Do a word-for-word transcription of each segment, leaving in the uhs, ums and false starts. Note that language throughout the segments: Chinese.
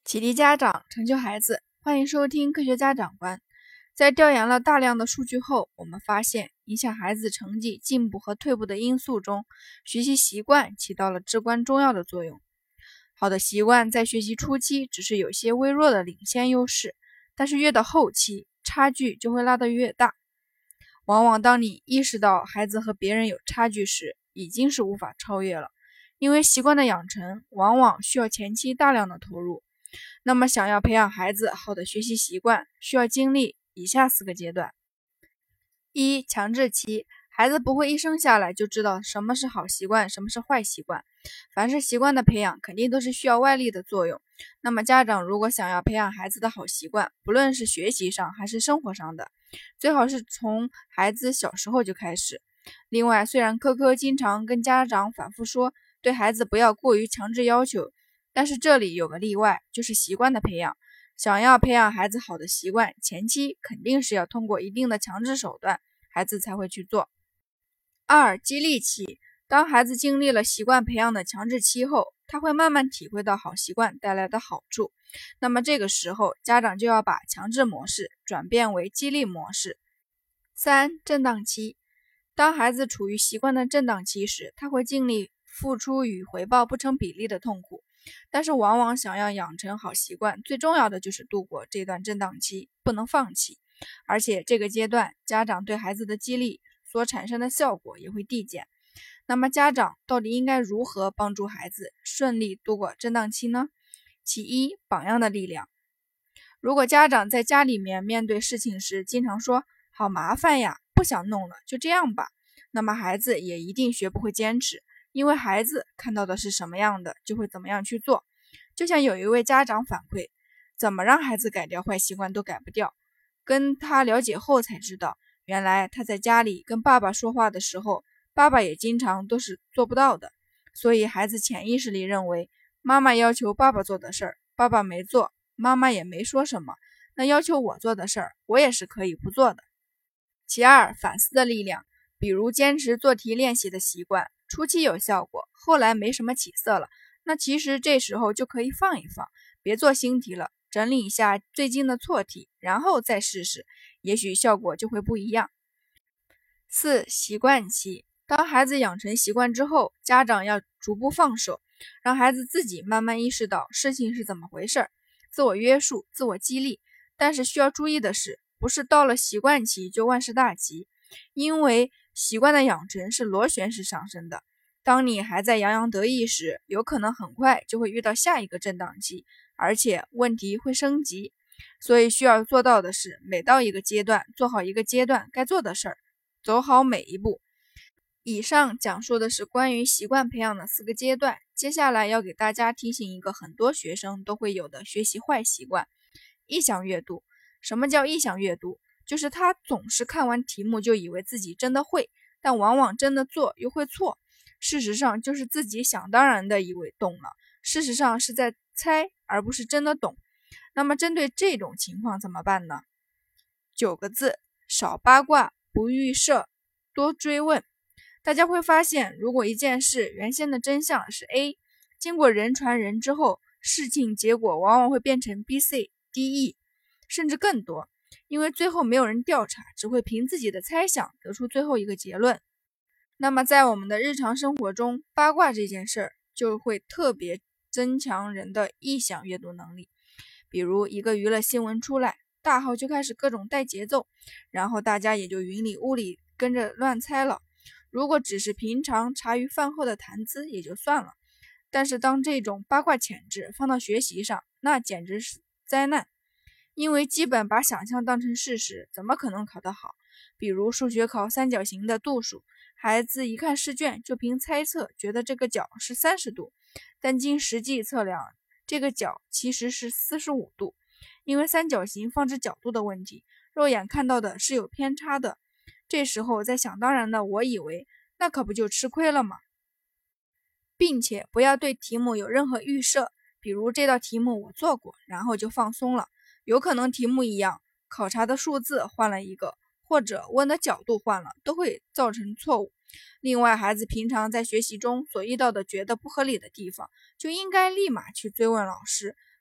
启迪家长，成就孩子，欢迎收听科学家长观。在调研了大量的数据后，我们发现影响孩子成绩进步和退步的因素中，学习习惯起到了至关重要的作用。好的习惯在学习初期只是有些微弱的领先优势，但是越到后期，差距就会拉得越大。往往当你意识到孩子和别人有差距时，已经是无法超越了，因为习惯的养成往往需要前期大量的投入。那么想要培养孩子好的学习习惯，需要经历以下四个阶段。一、强制期。孩子不会一生下来就知道什么是好习惯，什么是坏习惯。凡是习惯的培养，肯定都是需要外力的作用。那么家长如果想要培养孩子的好习惯，不论是学习上还是生活上的，最好是从孩子小时候就开始。另外，虽然科科经常跟家长反复说，对孩子不要过于强制要求，但是这里有个例外，就是习惯的培养。想要培养孩子好的习惯，前期肯定是要通过一定的强制手段，孩子才会去做。二、激励期。当孩子经历了习惯培养的强制期后，他会慢慢体会到好习惯带来的好处。那么这个时候，家长就要把强制模式转变为激励模式。三、震荡期。当孩子处于习惯的震荡期时，他会经历付出与回报不成比例的痛苦。但是往往想要养成好习惯，最重要的就是度过这段震荡期，不能放弃。而且这个阶段，家长对孩子的激励所产生的效果也会递减。那么家长到底应该如何帮助孩子顺利度过震荡期呢？其一，榜样的力量。如果家长在家里面面对事情时经常说好麻烦呀，不想弄了，就这样吧，那么孩子也一定学不会坚持，因为孩子看到的是什么样的，就会怎么样去做。就像有一位家长反馈，怎么让孩子改掉坏习惯都改不掉，跟他了解后才知道，原来他在家里跟爸爸说话的时候，爸爸也经常都是做不到的，所以孩子潜意识里认为，妈妈要求爸爸做的事儿，爸爸没做，妈妈也没说什么，那要求我做的事儿，我也是可以不做的。其二，反思的力量。比如坚持做题练习的习惯，初期有效果，后来没什么起色了，那其实这时候就可以放一放，别做新题了，整理一下最近的错题，然后再试试，也许效果就会不一样。四、习惯期。当孩子养成习惯之后，家长要逐步放手，让孩子自己慢慢意识到事情是怎么回事，自我约束，自我激励。但是需要注意的是，不是到了习惯期就万事大吉，因为习惯的养成是螺旋式上升的。当你还在洋洋得意时，有可能很快就会遇到下一个震荡期，而且问题会升级。所以需要做到的是，每到一个阶段，做好一个阶段该做的事儿，走好每一步。以上讲述的是关于习惯培养的四个阶段，接下来要给大家提醒一个很多学生都会有的学习坏习惯——臆想阅读。什么叫臆想阅读？就是他总是看完题目就以为自己真的会，但往往真的做又会错。事实上就是自己想当然的以为懂了，事实上是在猜，而不是真的懂。那么针对这种情况怎么办呢？九个字：少八卦，不预设，多追问。大家会发现，如果一件事原先的真相是 A， 经过人传人之后，事情结果往往会变成 B、C、D、E， 甚至更多，因为最后没有人调查，只会凭自己的猜想得出最后一个结论。那么在我们的日常生活中，八卦这件事儿就会特别增强人的臆想阅读能力。比如一个娱乐新闻出来，大号就开始各种带节奏，然后大家也就云里雾里跟着乱猜了。如果只是平常茶余饭后的谈资也就算了，但是当这种八卦潜质放到学习上，那简直是灾难。因为基本把想象当成事实，怎么可能考得好？比如数学考三角形的度数，孩子一看试卷就凭猜测觉得这个角是三十度，但经实际测量，这个角其实是四十五度。因为三角形放置角度的问题，肉眼看到的是有偏差的。这时候在想当然的我以为，那可不就吃亏了吗？并且不要对题目有任何预设，比如这道题目我做过，然后就放松了。有可能题目一样，考察的数字换了一个，或者问的角度换了，都会造成错误。另外，孩子平常在学习中所遇到的觉得不合理的地方，就应该立马去追问老师，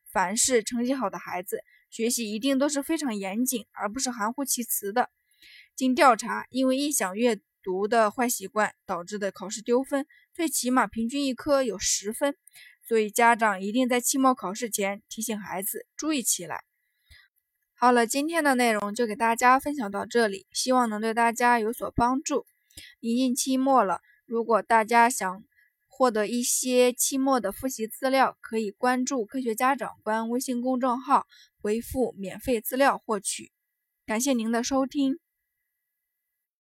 凡是成绩好的孩子，学习一定都是非常严谨，而不是含糊其辞的。经调查，因为臆想阅读的坏习惯导致的考试丢分，最起码平均一科有十分，所以家长一定在期末考试前提醒孩子注意起来。好了，今天的内容就给大家分享到这里，希望能对大家有所帮助。临近期末了，如果大家想获得一些期末的复习资料，可以关注科学家长官微信公众号，回复免费资料获取。感谢您的收听。